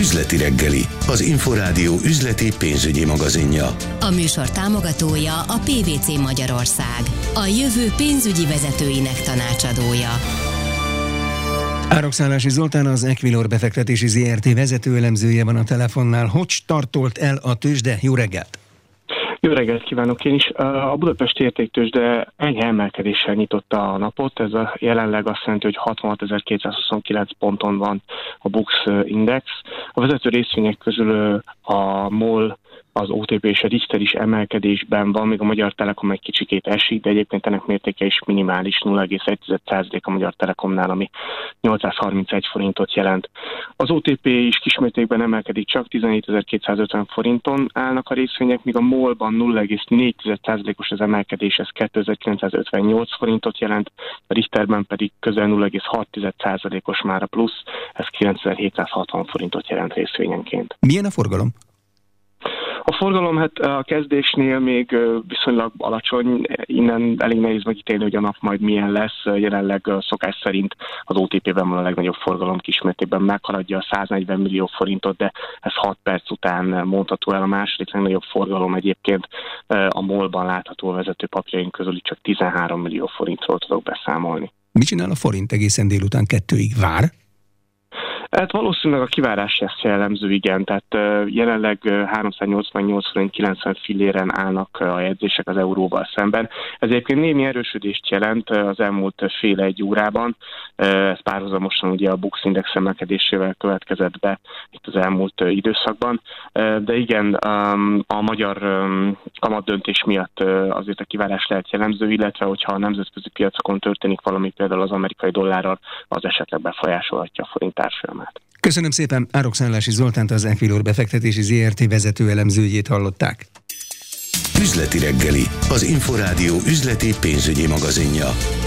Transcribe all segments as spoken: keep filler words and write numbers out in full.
Üzleti reggeli, az Inforádió üzleti pénzügyi magazinja. A műsor támogatója a pé vé cé Magyarország, a jövő pénzügyi vezetőinek tanácsadója. Árokszállási Zoltán, az Equilor befektetési zé er té vezető elemzője van a telefonnál. Hogy startolt el a tőzsde? Jó reggelt! Jó reggelt kívánok én is! A budapesti értéktőzsde enyhe emelkedéssel nyitotta a napot, ez a jelenleg azt jelenti, hogy hatvanhatezer-kétszázhuszonkilenc ponton van a Bux Index. A vezető részvények közül a MOL, az o té pé és a Richter is emelkedésben van, még a Magyar Telekom egy kicsikét esik, de egyébként ennek mértéke is minimális, nulla egész egy százalék a Magyar Telekomnál, ami nyolcszázharmincegy forintot jelent. Az o té pé is kismértékben emelkedik, csak tizenhétezer-kétszázötven forinton állnak a részvények, míg a MOL-ban nulla egész négy százalékos az emelkedés, ez kétezer-kilencszázötvennyolc forintot jelent, a Richterben pedig közel nulla egész hat százalékos már a plusz, ez kilencezer-hétszázhatvan forintot jelent részvényenként. Milyen a forgalom? A forgalom hát a kezdésnél még viszonylag alacsony, innen elég nehéz megítélni, hogy a nap majd milyen lesz. Jelenleg szokás szerint az o té pében van a legnagyobb forgalom, kismértékben meghaladja a száznegyven millió forintot, de ez hat perc után mondható el. A második legnagyobb forgalom egyébként a MOL-ban látható, a vezető papírjaink közül csak tizenhárom millió forintról tudok beszámolni. Mit csinál a forint egészen délután kettőig? Vár? Hát valószínűleg a kivárás lesz jellemző, igen, tehát uh, jelenleg uh, háromszáznyolcvannyolc forint kilencven filléren állnak uh, a jegyzések az euróval szemben. Ez egyébként némi erősödést jelent uh, az elmúlt fél egy órában, uh, ez párhuzamosan ugye a Bux Index emelkedésével következett be itt az elmúlt uh, időszakban, uh, de igen, um, a magyar um, kamatdöntés miatt uh, azért a kivárás lehet jellemző, illetve hogyha a nemzetközi piacokon történik valami, például az amerikai dollárral, az esetleg befolyásolhatja a forint árfolyamát. Köszönöm szépen, Árokszállási Zoltánt, az Equilor befektetési zé er té vezető elemzőjét hallották. Üzleti reggeli, az Inforádió üzleti pénzügyi magazinja.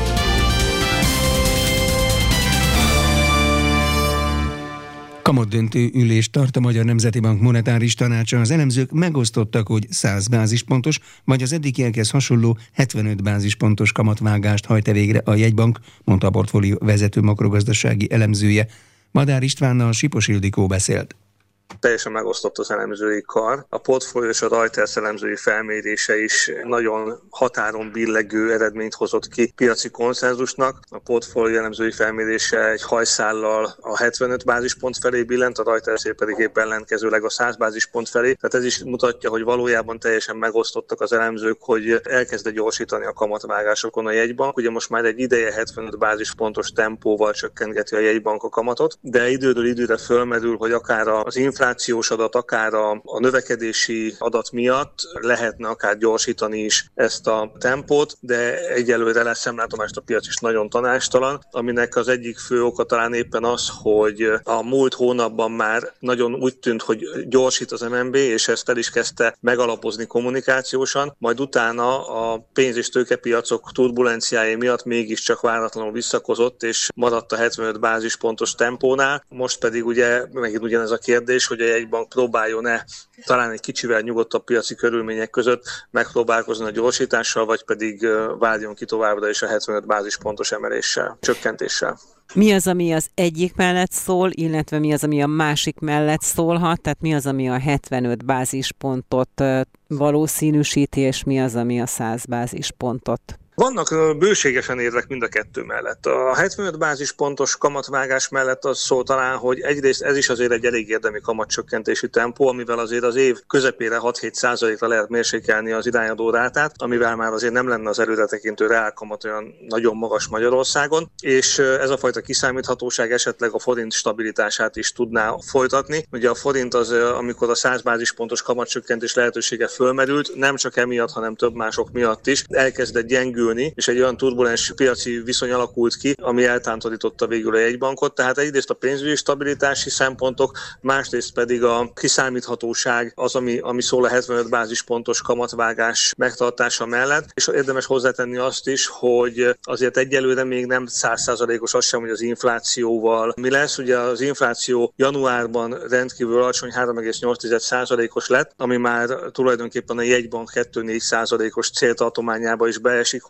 Kamatdöntő ülést tart a Magyar Nemzeti Bank monetáris tanácsa. Az elemzők megosztottak, hogy száz bázispontos, vagy az eddigiekhez hasonló hetvenöt bázispontos kamatvágást hajt végre a jegybank, mondta a portfólió vezető makrogazdasági elemzője. Madár Istvánnal Sipos Ildikó beszélt. Teljesen megosztott az elemzői kar. A portfólió és a Reuters elemzői felmérése is nagyon határon billegő eredményt hozott ki piaci konszenzusnak. A portfólió elemzői felmérése egy hajszállal a hetvenöt bázispont felé billent, a Reuters pedig épp ellenkezőleg a száz bázispont felé. Tehát ez is mutatja, hogy valójában teljesen megosztottak az elemzők, hogy elkezd gyorsítani a kamatvágásokon a jegybank. Ugye most már egy ideje hetvenöt bázispontos tempóval csökkentgeti a jegybank a kamatot, de időről időre fölmerül, hogy akár az inflációs adat, akár a, a növekedési adat miatt lehetne akár gyorsítani is ezt a tempót, de egyelőre leszemlátomást a piac is nagyon tanácstalan, aminek az egyik fő oka talán éppen az, hogy a múlt hónapban már nagyon úgy tűnt, hogy gyorsít az em en bé, és ezt el is kezdte megalapozni kommunikációsan, majd utána a pénz- és tőkepiacok turbulenciái miatt mégiscsak váratlanul visszakozott, és maradt a hetvenöt bázispontos tempónál. Most pedig ugye megint ugyanez a kérdés, hogy a jegybank próbáljon-e talán egy kicsivel nyugodtabb piaci körülmények között megpróbálkozni a gyorsítással, vagy pedig várjon ki továbbra is a hetvenöt bázispontos emeléssel, csökkentéssel. Mi az, ami az egyik mellett szól, illetve mi az, ami a másik mellett szólhat? Tehát mi az, ami a hetvenöt bázispontot valószínűsíti, és mi az, ami a száz bázispontot? Vannak bőségesen érvek mind a kettő mellett. A hetvenöt bázispontos kamatvágás mellett az szól talán, hogy egyrészt ez is azért egy elég érdemi kamatcsökkentési tempó, amivel azért az év közepére hat-hét százalékra lehet mérsékelni az irányadó rátát, amivel már azért nem lenne az előretekintő reálkamat olyan nagyon magas Magyarországon, és ez a fajta kiszámíthatóság esetleg a forint stabilitását is tudná folytatni. Ugye a forint az, amikor a száz bázispontos kamatcsökkentés lehetősége fölmerült, nem csak emiatt, hanem több mások miatt is elkezdett gyengülni, és egy olyan turbulens piaci viszony alakult ki, ami eltántorította végül a jegybankot. Tehát egyrészt a pénzügyi stabilitási szempontok, másrészt pedig a kiszámíthatóság az, ami, ami szól a hetvenöt bázispontos kamatvágás megtartása mellett. És érdemes hozzátenni azt is, hogy azért egyelőre még nem száz százalékos az sem, hogy az inflációval mi lesz. Ugye az infláció januárban rendkívül alacsony három egész nyolc százalékos lett, ami már tulajdonképpen a jegybank kettő egész négy százalékos céltartományába is beesik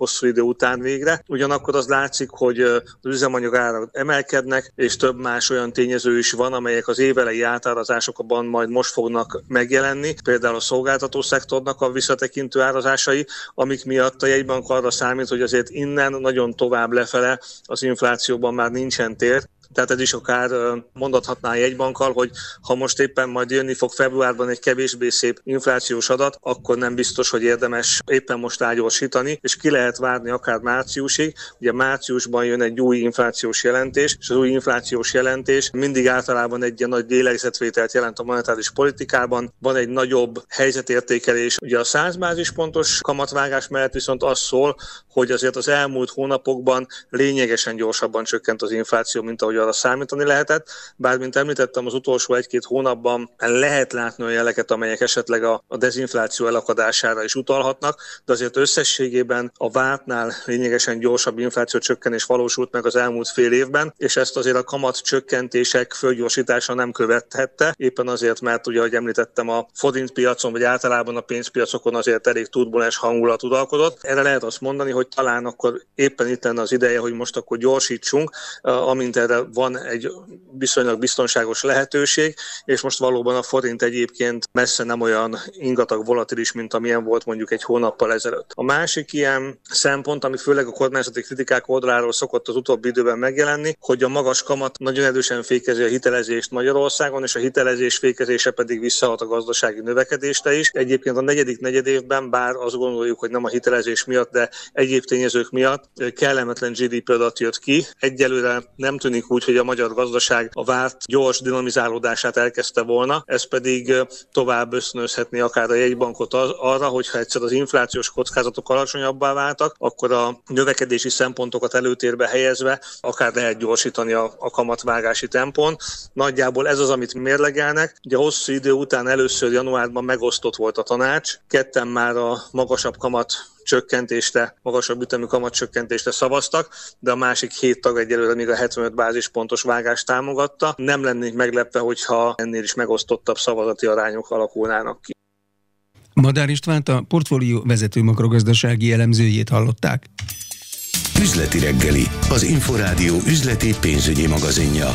hosszú idő után végre. Ugyanakkor az látszik, hogy az üzemanyag árak emelkednek, és több más olyan tényező is van, amelyek az évelei átárazásokban majd most fognak megjelenni. Például a szolgáltató szektornak a visszatekintő árazásai, amik miatt a jegybank arra számít, hogy azért innen nagyon tovább lefele az inflációban már nincsen tér. Tehát ez is akár mondhatná a jegybankkal, hogy ha most éppen majd jönni fog februárban egy kevésbé szép inflációs adat, akkor nem biztos, hogy érdemes éppen most ágyorsítani, és ki lehet várni akár márciusig. Ugye márciusban jön egy új inflációs jelentés, és az új inflációs jelentés mindig általában egy ilyen nagy lélegzetvételt jelent a monetáris politikában. Van egy nagyobb helyzetértékelés. Ugye a száz bázispontos kamatvágás mellett viszont az szól, hogy azért az elmúlt hónapokban lényegesen gyorsabban csökkent az infláció, mint ahogy arra számítani lehetett. Bár, mint említettem, az utolsó egy-két hónapban lehet látni olyan jeleket, amelyek esetleg a, a dezinfláció elakadására is utalhatnak, de azért összességében a vártnál lényegesen gyorsabb infláció csökkenés valósult meg az elmúlt fél évben, és ezt azért a kamat csökkentések fölgyorsítása nem követhette, éppen azért, mert ugye, ahogy említettem, a forintpiacon, vagy általában a pénzpiacokon azért elég turbulens hangulat uralkodott. Erre lehet azt mondani, hogy talán akkor éppen itt lenne az ideje, hogy most akkor gyorsítsunk, amint erre van egy viszonylag biztonságos lehetőség, és most valóban a forint egyébként messze nem olyan ingatag volatilis, mint amilyen volt mondjuk egy hónappal ezelőtt. A másik ilyen szempont, ami főleg a kormányzati kritikák oldaláról szokott az utóbbi időben megjelenni, hogy a magas kamat nagyon erősen fékezi a hitelezést Magyarországon, és a hitelezés fékezése pedig visszahat a gazdasági növekedésre is. Egyébként a negyedik negyedévben, bár azt gondoljuk, hogy nem a hitelezés miatt, de egyéb tényezők miatt kellemetlen gé dé pé adat jött ki. Egyelőre nem tűnik úgy, hogy a magyar gazdaság a várt gyors dinamizálódását elkezdte volna, ez pedig tovább ösztönözhetné akár a jegybankot arra, hogyha egyszer az inflációs kockázatok alacsonyabbá váltak, akkor a növekedési szempontokat előtérbe helyezve akár lehet gyorsítani a, a kamatvágási tempón. Nagyjából ez az, amit mérlegelnek. Ugye hosszú idő után először januárban megosztott volt a tanács, ketten már a magasabb kamat csökkentésre, magasabb ütemű kamatcsökkentésre szavaztak, de a másik hét tag egyelőre még a hetvenöt bázispontos vágást támogatta. Nem lennék meglepve, hogyha ennél is megosztottabb szavazati arányok alakulnának ki. Madár Istvánt, a portfólió vezető makrogazdasági elemzőjét hallották. Üzleti reggeli, az Inforádió üzleti pénzügyi magazinja.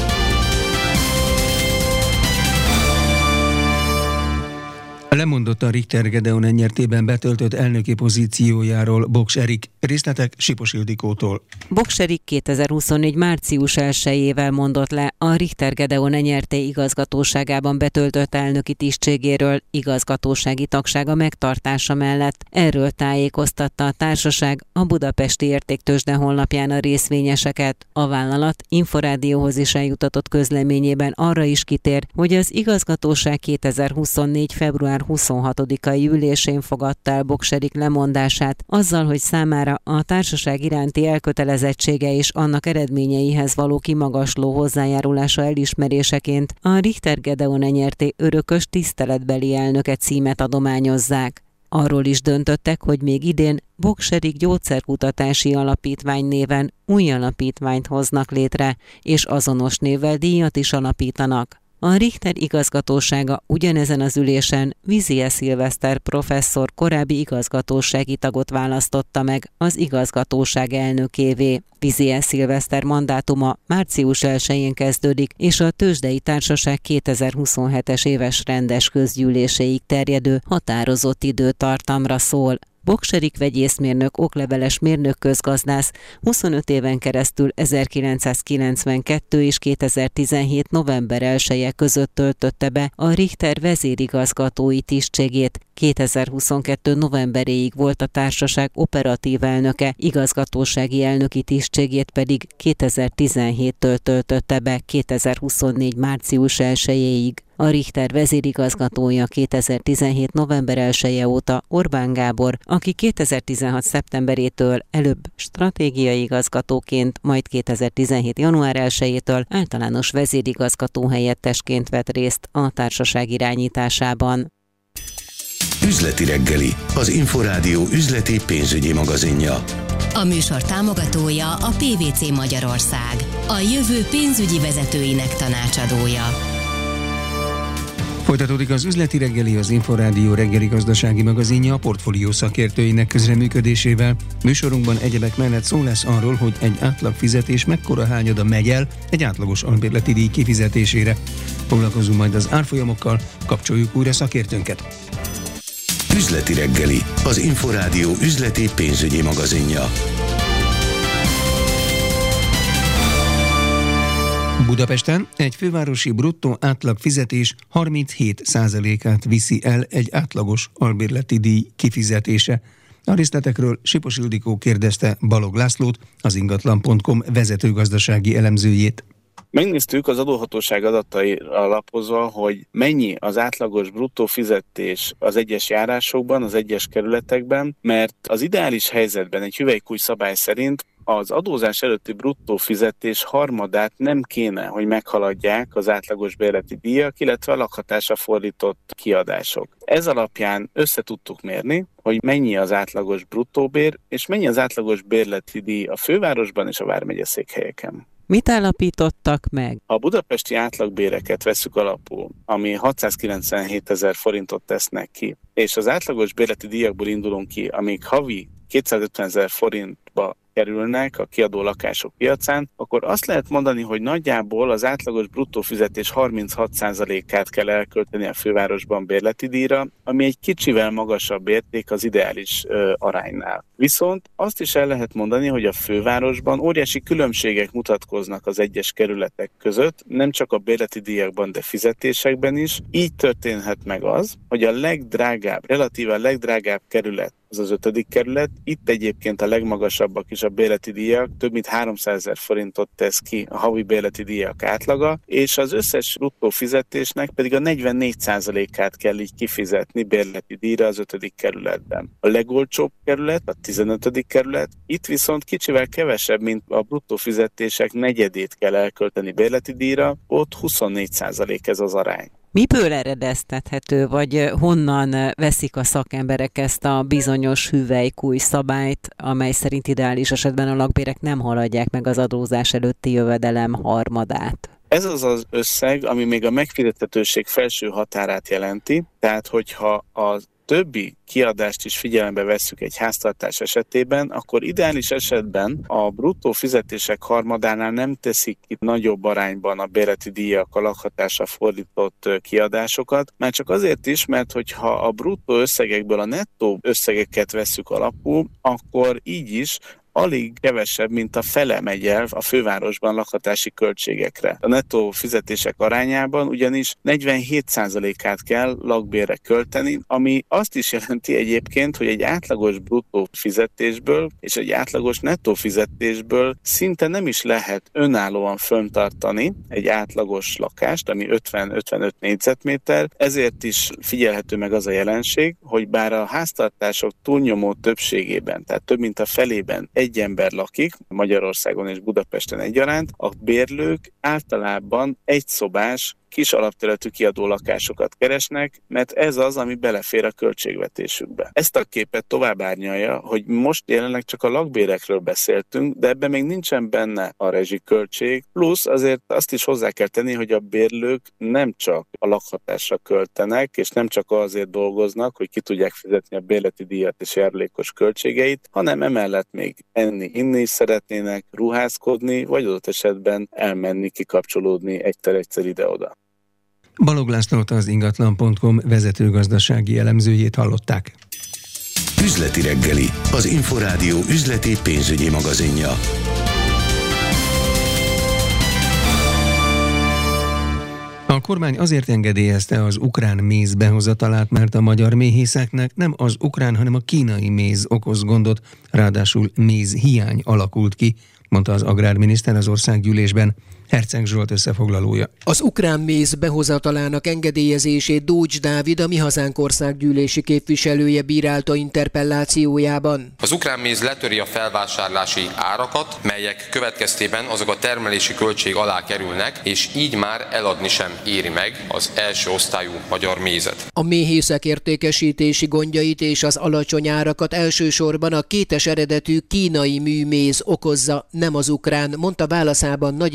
Lemondott a Richter Gedeon ennyertében betöltött elnöki pozíciójáról Boks Erik. Részletek Sipos Ildikótól. Boks Erik kétezer-huszonnégy március elsejével mondott le a Richter Gedeon ennyerté igazgatóságában betöltött elnöki tisztségéről igazgatósági tagsága megtartása mellett. Erről tájékoztatta a társaság a Budapesti Értéktőzsde honlapján a részvényeseket. A vállalat Inforádióhoz is eljutatott közleményében arra is kitér, hogy az igazgatóság kétezer-huszonnégy február huszonhatodikai ülésén fogadta el Boks Erik lemondását, azzal, hogy számára a társaság iránti elkötelezettsége és annak eredményeihez való kimagasló hozzájárulása elismeréseként a Richter Gedeon ennyerté örökös tiszteletbeli elnöke címet adományozzák. Arról is döntöttek, hogy még idén Boks Erik Gyógyszerkutatási Alapítvány néven új alapítványt hoznak létre, és azonos névvel díjat is alapítanak. A Richter igazgatósága ugyanezen az ülésen Vizie Szilveszter professzor korábbi igazgatósági tagot választotta meg az igazgatóság elnökévé. Vizie Szilveszter mandátuma március elsején kezdődik, és a tőzsdei társaság kétezer-huszonhetes éves rendes közgyűléséig terjedő határozott időtartamra szól. Boks Erik vegyészmérnök, okleveles mérnök közgazdász huszonöt éven keresztül ezerkilencszázkilencvenkettő és kétezer-tizenhét november elseje között töltötte be a Richter vezérigazgatói tisztségét. kétezer-huszonkettő novemberéig volt a társaság operatív elnöke, igazgatósági elnöki tisztségét pedig kétezer-tizenhéttől töltötte be kétezer-huszonnégy március elsejéig. A Richter vezérigazgatója kétezer-tizenhét november elseje óta Orbán Gábor, aki kétezer-tizenhat szeptemberétől előbb stratégiai igazgatóként, majd kétezer-tizenhét január elsejétől általános vezérigazgató helyettesként vett részt a társaság irányításában. Üzleti reggeli, az Inforádió üzleti pénzügyi magazinja. A műsor támogatója a pé vé cé Magyarország, a jövő pénzügyi vezetőinek tanácsadója. Folytatódik az üzleti reggeli, az Inforádió reggeli gazdasági magazinja a portfólió szakértőinek közreműködésével. Műsorunkban egyebek mellett szó lesz arról, hogy egy átlag fizetés mekkora hányada megy el egy átlagos albérleti díj kifizetésére. Foglalkozunk majd az árfolyamokkal, kapcsoljuk újra szakértőnket. Üzleti reggeli, az Inforádió üzleti pénzügyi magazinja. Budapesten egy fővárosi bruttó átlag fizetés harminchét százalékát viszi el egy átlagos albérleti díj kifizetése. A részletekről Sipos Ildikó kérdezte Balog Lászlót, az ingatlan pont com vezető gazdasági elemzőjét. Megnéztük az adóhatóság adatai alapozva, hogy mennyi az átlagos bruttó fizetés az egyes járásokban, az egyes kerületekben, mert az ideális helyzetben egy hüvelykúj szabály szerint az adózás előtti bruttó fizetés harmadát nem kéne, hogy meghaladják az átlagos bérleti díjak, illetve a lakhatásra fordított kiadások. Ez alapján össze tudtuk mérni, hogy mennyi az átlagos bruttóbér, és mennyi az átlagos bérleti díj a fővárosban és a vármegyeszékhelyeken. Mit állapítottak meg? Ha a budapesti átlagbéreket vesszük alapul, ami hatszázkilencvenhét ezer forintot tesznek ki, és az átlagos bérleti díjakból indulunk ki, amik havi kétszázötven ezer forintba kerülnek a kiadó lakások piacán, akkor azt lehet mondani, hogy nagyjából az átlagos bruttó fizetés harminchat százalékát kell elkölteni a fővárosban bérleti díjra, ami egy kicsivel magasabb érték az ideális ö, aránynál. Viszont azt is el lehet mondani, hogy a fővárosban óriási különbségek mutatkoznak az egyes kerületek között, nem csak a bérleti díjakban, de fizetésekben is. Így történhet meg az, hogy a legdrágább, relatíve a legdrágább kerület az az ötödik kerület. Itt egyébként a legmagasabbak is a bérleti díjak, több mint háromszázezer forintot tesz ki a havi bérleti díjak átlaga, és az összes bruttó fizetésnek pedig a negyvennégy százalékát kell így kifizetni bérleti díjra az ötödik kerületben. A legolcsóbb kerület, a tizenötödik kerület, itt viszont kicsivel kevesebb, mint a bruttó fizetések negyedét kell elkölteni bérleti díjra, ott huszonnégy százalék ez az arány. Miből eredeztethető, vagy honnan veszik a szakemberek ezt a bizonyos hüvelykúj szabályt, amely szerint ideális esetben a lakbérek nem haladják meg az adózás előtti jövedelem harmadát? Ez az az összeg, ami még a megfizethetőség felső határát jelenti, tehát hogyha az többi kiadást is figyelembe vesszük egy háztartás esetében, akkor ideális esetben a bruttó fizetések harmadánál nem teszik ki nagyobb arányban a bérleti díjak, a lakhatásra fordított kiadásokat, már csak azért is, mert hogyha a bruttó összegekből a nettó összegeket vesszük alapul, akkor így is alig kevesebb, mint a fele megy el a fővárosban lakhatási költségekre. A nettó fizetések arányában ugyanis negyvenhét százalékát kell lakbérre költeni, ami azt is jelenti egyébként, hogy egy átlagos bruttó fizetésből és egy átlagos nettó fizetésből szinte nem is lehet önállóan föntartani egy átlagos lakást, ami ötven-ötvenöt négyzetméter, ezért is figyelhető meg az a jelenség, hogy bár a háztartások túlnyomó többségében, tehát több mint a felében egy ember lakik, Magyarországon és Budapesten egyaránt, a bérlők általában egyszobás, kis alapterületű kiadó lakásokat keresnek, mert ez az, ami belefér a költségvetésükbe. Ezt a képet tovább árnyalja, hogy most jelenleg csak a lakbérekről beszéltünk, de ebben még nincsen benne a rezsiköltség, plusz azért azt is hozzá kell tenni, hogy a bérlők nem csak a lakhatásra költenek, és nem csak azért dolgoznak, hogy ki tudják fizetni a bérleti díjat és járulékos költségeit, hanem emellett még enni, inni is szeretnének, ruházkodni, vagy adott esetben elmenni, kikapcsolódni egyszer-egyszer ide-oda. Balog Lászlót, az ingatlan pont com vezető gazdasági elemzőjét hallották. Üzleti reggeli, az Inforádió üzleti pénzügyi magazinja. A kormány azért engedélyezte az ukrán méz behozatalát, mert a magyar méhészeknek nem az ukrán, hanem a kínai méz okoz gondot, ráadásul méz hiány alakult ki, mondta az agrárminiszter az országgyűlésben. Herceg Zsolt összefoglalója. Az ukrán méz behozatalának engedélyezését Dócs Dávid, a Mi Hazánk országgyűlési képviselője bírálta interpellációjában. Az ukrán méz letöri a felvásárlási árakat, melyek következtében azok a termelési költség alá kerülnek, és így már eladni sem éri meg az első osztályú magyar mézet. A méhészek értékesítési gondjait és az alacsony árakat elsősorban a kétes eredetű kínai műméz okozza, nem az ukrán, mondta válaszában Nagy István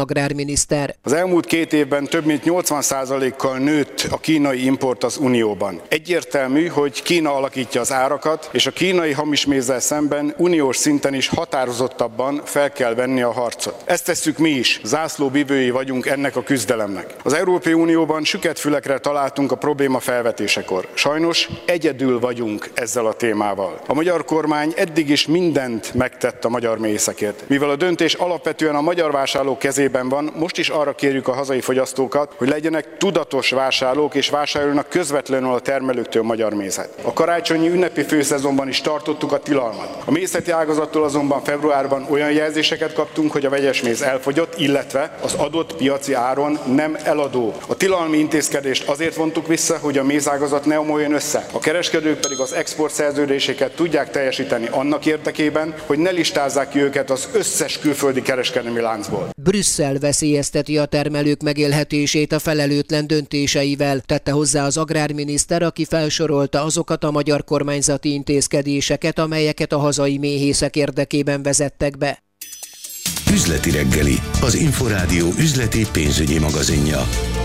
agrárminiszter. Az elmúlt két évben több mint nyolcvan százalékkal nőtt a kínai import az Unióban. Egyértelmű, hogy Kína alakítja az árakat, és a kínai hamis mézzel szemben uniós szinten is határozottabban fel kell venni a harcot. Ezt tesszük mi is, zászlóvivői vagyunk ennek a küzdelemnek. Az Európai Unióban süket fülekre találtunk a probléma felvetésekor. Sajnos egyedül vagyunk ezzel a témával. A magyar kormány eddig is mindent megtett a magyar méhészekért. Mivel a döntés alapvetően a magyar vásárlók kezében van, most is arra kérjük a hazai fogyasztókat, hogy legyenek tudatos vásárlók és vásároljanak közvetlenül a termelőktől magyar mézet. A karácsonyi ünnepi főszezonban is tartottuk a tilalmat. A méhészeti ágazattól azonban februárban olyan jelzéseket kaptunk, hogy a vegyes méz elfogyott, illetve az adott piaci áron nem eladó. A tilalmi intézkedést azért vontuk vissza, hogy a mézágazat ne omoljon össze. A kereskedők pedig az export szerződéseket tudják teljesíteni annak érdekében, hogy ne listázzák ki őket az összes külföldi kereskedelmi láncból. Brüsszel veszélyezteti a termelők megélhetését a felelőtlen döntéseivel, tette hozzá az agrárminiszter, aki felsorolta azokat a magyar kormányzati intézkedéseket, amelyeket a hazai méhészek érdekében vezettek be. Üzleti reggeli, az Inforádió üzleti pénzügyi magazinja.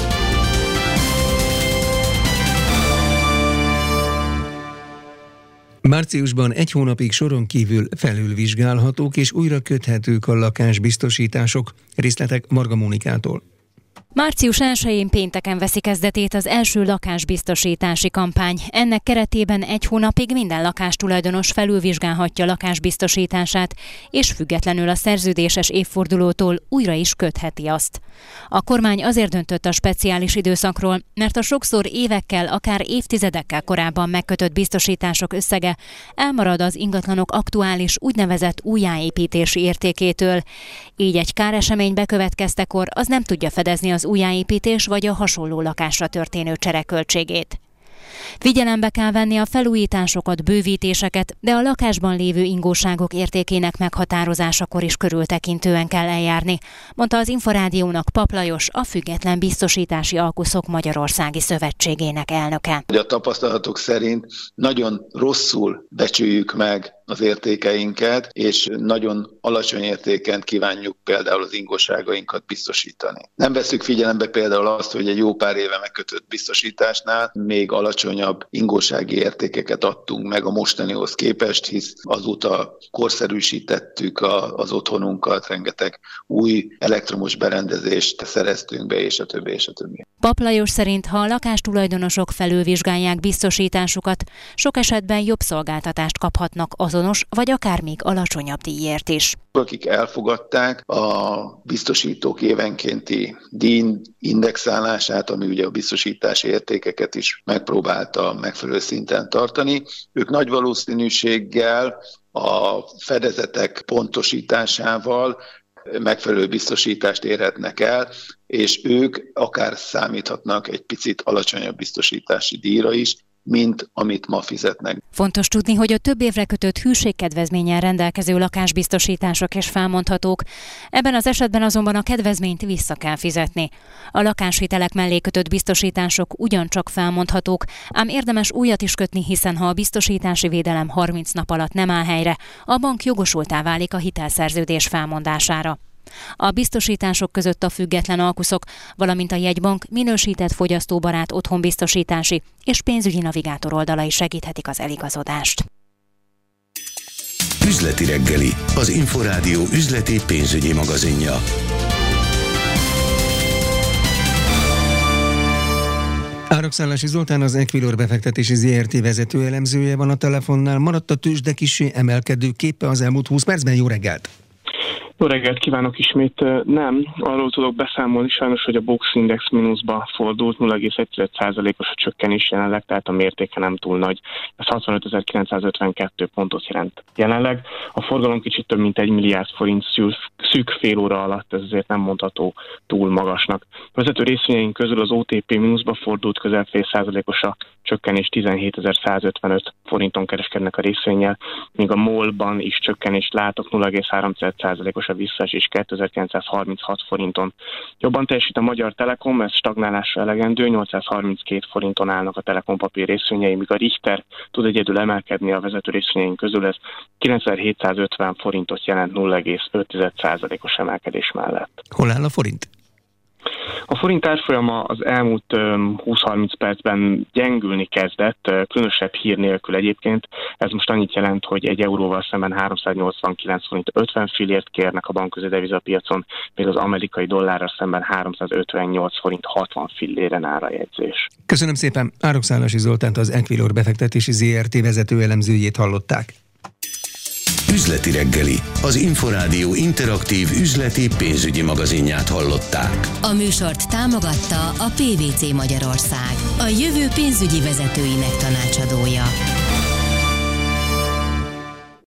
Márciusban egy hónapig soron kívül felülvizsgálhatók és újra köthetők a lakásbiztosítások. Részletek Marga Mónikától. Március elsején pénteken veszi kezdetét az első lakásbiztosítási kampány. Ennek keretében egy hónapig minden lakástulajdonos felülvizsgálhatja lakásbiztosítását, és függetlenül a szerződéses évfordulótól újra is kötheti azt. A kormány azért döntött a speciális időszakról, mert a sokszor évekkel, akár évtizedekkel korábban megkötött biztosítások összege elmarad az ingatlanok aktuális úgynevezett újjáépítési értékétől. Így egy káresemény bekövetkeztekor az nem tudja fedezni az az újjáépítés vagy a hasonló lakásra történő csereköltségét. Figyelembe kell venni a felújításokat, bővítéseket, de a lakásban lévő ingóságok értékének meghatározásakor is körültekintően kell eljárni, mondta az Inforádiónak Pap Lajos, a Független Biztosítási Alkuszok Magyarországi Szövetségének elnöke. A tapasztalatok szerint nagyon rosszul becsüljük meg az értékeinket, és nagyon alacsony értéken kívánjuk például az ingóságainkat biztosítani. Nem veszük figyelembe például azt, hogy egy jó pár éve megkötött biztosításnál még alacsonyabb ingósági értékeket adtunk meg a mostanihoz képest, hisz azóta korszerűsítettük a, az otthonunkat, rengeteg új elektromos berendezést szereztünk be, és a többi, és a többi. Pap Lajos szerint, ha a lakástulajdonosok felülvizsgálják biztosításukat, sok esetben jobb szolgáltatást kaphatnak azonos, vagy akár még alacsonyabb díjért is. Akik elfogadták a biztosítók évenkénti díj indexálását, ami ugye a biztosítási értékeket is megpróbálta megfelelő szinten tartani, ők nagy valószínűséggel a fedezetek pontosításával megfelelő biztosítást érhetnek el, és ők akár számíthatnak egy picit alacsonyabb biztosítási díjra is, mint amit ma fizetnek. Fontos tudni, hogy a több évre kötött hűségkedvezménnyel rendelkező lakásbiztosítások is felmondhatók. Ebben az esetben azonban a kedvezményt vissza kell fizetni. A lakáshitelek mellé kötött biztosítások ugyancsak felmondhatók, ám érdemes újat is kötni, hiszen ha a biztosítási védelem harminc nap alatt nem áll helyre, a bank jogosulttá válik a hitelszerződés felmondására. A biztosítások között a Független Alkuszok, valamint a jegybank minősített fogyasztóbarát otthonbiztosítási és pénzügyi navigátor oldalai segíthetik az eligazodást. Üzleti reggeli, az Inforádió üzleti pénzügyi magazinja. Árakszállási Zoltán, az Equilor befektetési zé er té vezető elemzője van a telefonnál. Maradt a tőzsde kissé emelkedő képe az elmúlt húsz percben. Jó reggelt! Jó reggelt kívánok ismét. Nem, arról tudok beszámolni sajnos, hogy a Bux Index mínuszba fordult, nulla egész egy százalékos a csökkenés jelenleg, tehát a mértéke nem túl nagy. Ez hatvanötezer-kilencszázötvenkét pontot jelent jelenleg. A forgalom kicsit több mint egy milliárd forint szűk fél óra alatt, ez azért nem mondható túl magasnak. A vezető részvényeink közül az o té pé mínuszba fordult, közel fél százalékos a csökkenés tizenhétezer-százötvenöt forinton kereskednek a részvénnyel, míg a MOL-ban is csökkenést látok, nulla egész három százalékos a visszaesés kétezer-kilencszázharminchat forinton. Jobban teljesít a Magyar Telekom, ez stagnálásra elegendő, nyolcszázharminckét forinton állnak a Telekom papír részvényei, míg a Richter tud egyedül emelkedni a vezető részvényeink közül, ez kilencezerhétszázötven forintot jelent nulla egész öt százalékos emelkedés mellett. Hol áll a forint? A forint árfolyama az elmúlt húsz-harminc percben gyengülni kezdett, különösebb hír nélkül egyébként. Ez most annyit jelent, hogy egy euróval szemben háromszáznyolcvankilenc forint ötven fillért kérnek a bankközi devizapiacon, még az amerikai dollárral szemben háromszázötvennyolc forint hatvan filléren áll a jegyzés. Köszönöm szépen, Árokszálasi Zoltánt, az Equilor befektetési zé er té vezető elemzőjét hallották. Üzleti reggeli, az Inforádió interaktív üzleti pénzügyi magazinját hallották. A műsort támogatta a pé vé cé Magyarország, a jövő pénzügyi vezetőinek tanácsadója.